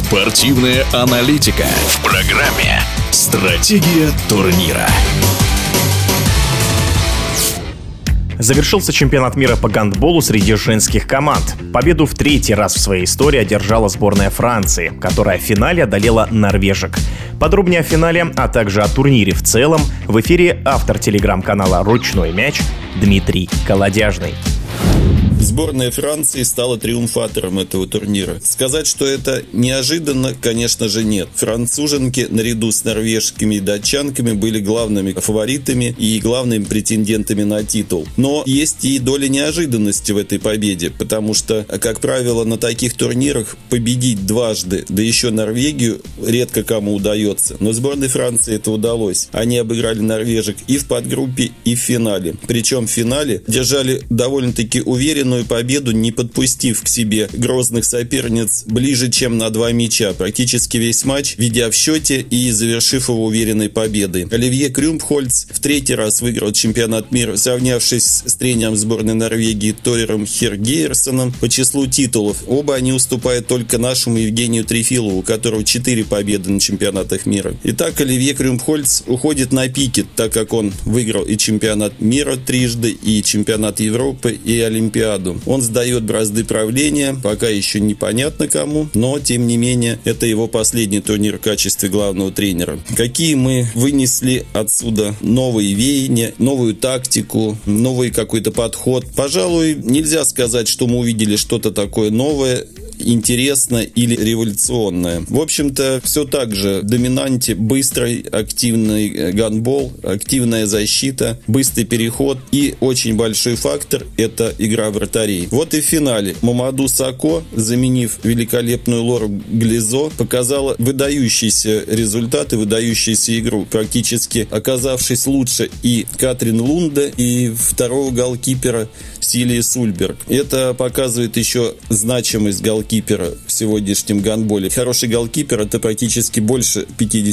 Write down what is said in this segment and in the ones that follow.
Спортивная аналитика в программе «Стратегия турнира». Завершился чемпионат мира по гандболу среди женских команд. Победу в третий раз в своей истории одержала сборная Франции, которая в финале одолела норвежек. Подробнее о финале, а также о турнире в целом в эфире автор телеграм-канала «Ручной мяч» Дмитрий Колодяжный. Сборная Франции стала триумфатором этого турнира. Сказать, что это неожиданно, конечно же, нет. Француженки наряду с норвежскими и датчанками были главными фаворитами и главными претендентами на титул. Но есть и доля неожиданности в этой победе, потому что, как правило, на таких турнирах победить дважды, да еще Норвегию, редко кому удается. Но сборной Франции это удалось. Они обыграли норвежек и в подгруппе, и в финале. Причем в финале держали довольно-таки уверенную победу, не подпустив к себе грозных соперниц ближе, чем на 2 мяча. Практически весь матч, ведя в счете и завершив его уверенной победой. Оливье Крюмпхольц в третий раз выиграл чемпионат мира, сравнявшись с тренером сборной Норвегии Торером Хергейерсоном по числу титулов. Оба они уступают только нашему Евгению Трефилову, у которого 4 победы на чемпионатах мира. Итак, Оливье Крюмпхольц уходит на пике, так как он выиграл и чемпионат мира трижды, и чемпионат Европы, и Олимпиаду. Он сдает бразды правления, пока еще непонятно кому, но, тем не менее, это его последний турнир в качестве главного тренера. Какие мы вынесли отсюда новые веяния, новую тактику, новый какой-то подход? Пожалуй, нельзя сказать, что мы увидели что-то такое новое, интересное или революционное. В общем-то, все так же в доминанте быстрый, активный гандбол, активная защита, быстрый переход и очень большой фактор – это игра вратарей. Вот и в финале Мамаду Сако, заменив великолепную Лору Глизо, показала выдающийся результат и выдающуюся игру, практически оказавшись лучше и Катрин Лунде, и второго голкипера Силии Сульберг. Это показывает еще значимость голкипера в сегодняшнем гандболе. Хороший голкипер – это практически больше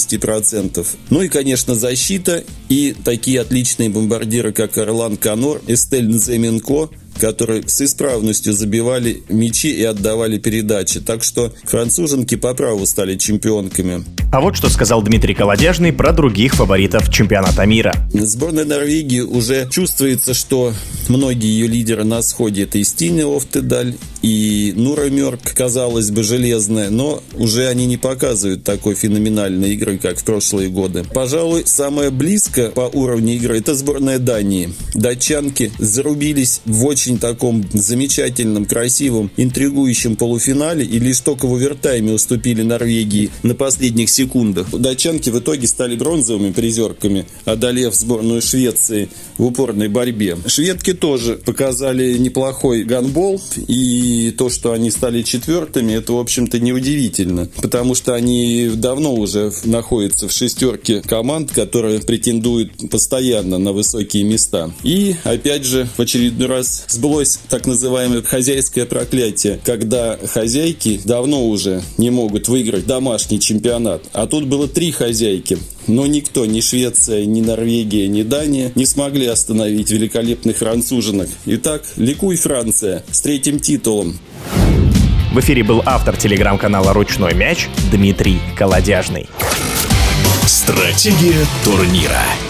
50%. Ну и, конечно, защита и такие отличные бомбардиры, как Орлан Канор, Эстель Нземенко, которые с исправностью забивали мячи и отдавали передачи. Так что француженки по праву стали чемпионками. А вот что сказал Дмитрий Колодяжный про других фаворитов чемпионата мира. Сборная Норвегии уже чувствуется, что многие ее лидеры на сходе. Это и Стине Офтедаль, и Нура Мёрк, казалось бы, железная, но уже они не показывают такой феноменальной игры, как в прошлые годы. Пожалуй, самое близко по уровню игры – это сборная Дании. Датчанки зарубились в очень таком замечательном, красивом, интригующем полуфинале и лишь только в овертайме уступили Норвегии на последних секундах. Датчанки в итоге стали бронзовыми призерками, одолев сборную Швеции в упорной борьбе. Шведки тоже показали неплохой гандбол, и то, что они стали четвертыми, это, в общем-то, неудивительно, потому что они давно уже находятся в шестерке команд, которые претендуют постоянно на высокие места. И, опять же, в очередной раз сбылось так называемое хозяйское проклятие, когда хозяйки давно уже не могут выиграть домашний чемпионат, а тут было 3 хозяйки. Но никто, ни Швеция, ни Норвегия, ни Дания не смогли остановить великолепных француженок. Итак, ликуй, Франция, с 3-м титулом. В эфире был автор телеграм-канала «Ручной мяч» Дмитрий Колодяжный. Стратегия турнира.